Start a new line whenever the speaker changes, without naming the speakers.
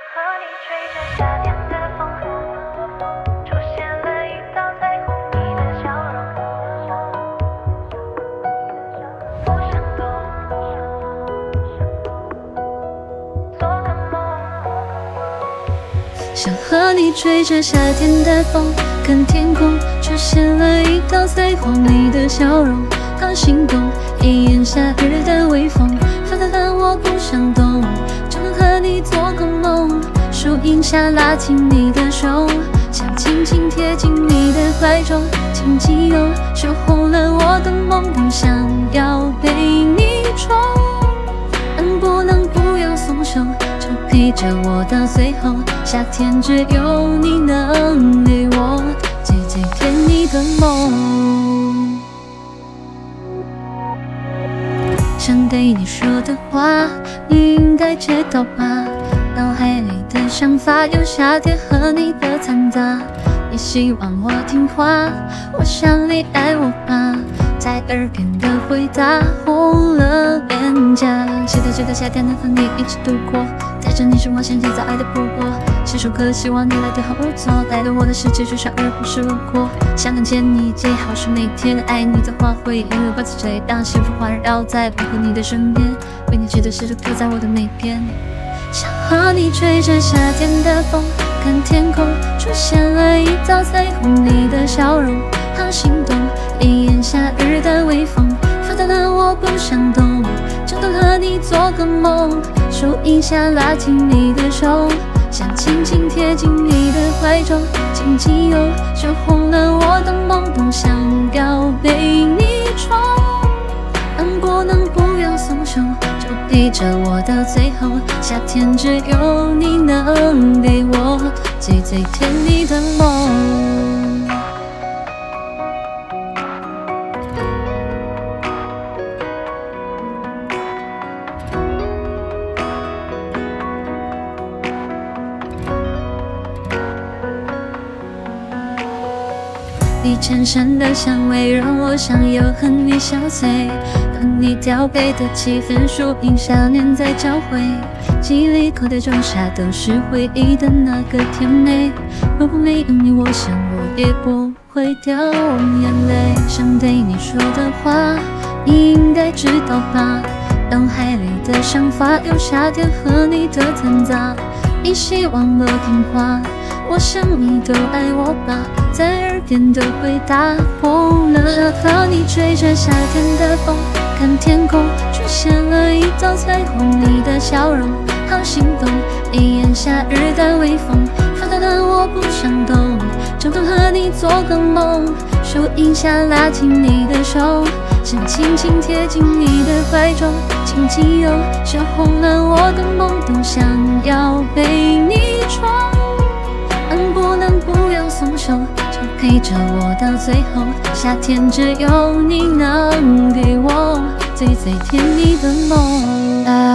和你吹着夏天的风，出现了一道彩虹，你的笑容，不想做个梦。
想和你吹着夏天的风，看天空出现了一道彩虹，你的笑容好心动，一眼夏日的微风，发烫的我不想动，就能和你做个梦。树荫下拉紧你的手，想轻轻贴进你的怀中，紧紧拥守候了我的梦动，想要被你宠，不能不要松手，就陪着我到最后。夏天只有你能给我最最甜蜜的梦。想对你说的话，你应该知道吧？脑海里的想法有夏天和你的掺杂，你希望我听话，我想你爱我吧，在耳边的回答红了脸颊。期待夏天能和你一起度过，带着你是我想缔造爱的不过，写首歌希望你来对后座，带着我的世界追上而不是路过。想能见你最好是那天，爱你在花卉一路把刺吹，让幸福环绕在我和你的身边，为你写的诗都刻在我的那边。想和你吹着夏天的风，看天空出现了一道彩虹，你的笑容好心动，一眼夏日的微风，发烫的我不想动，就能和你做个梦。树荫下拉紧你的手，想轻轻贴进你的怀中，紧紧拥守红了我的梦动，想要被你宠，不能不要松手，就陪着我到最后。夏天只有你能给我最最甜蜜的梦。你衬衫的香味让我想要和你相随，和你调配的气氛，树荫下黏在交汇，记忆里口袋装下都是回忆的那个甜美。如果没有你，我想我也不会掉眼泪。想对你说的话，你应该知道吧？脑海里的想法有夏天和你的掺杂，你希望我听话，我想你都爱我吧，在耳边的回答红了。和你吹着夏天的风，看天空出现了一道彩虹，你的笑容好心动，一眼夏日的微风，发烫的我不想动，就能和你做个梦。树荫下拉紧你的手，想轻轻贴进你的怀中，紧紧拥守红了我的梦动，想要被你宠，不能不要松手，就陪着我到最后。夏天只有你能给我最最甜蜜的梦。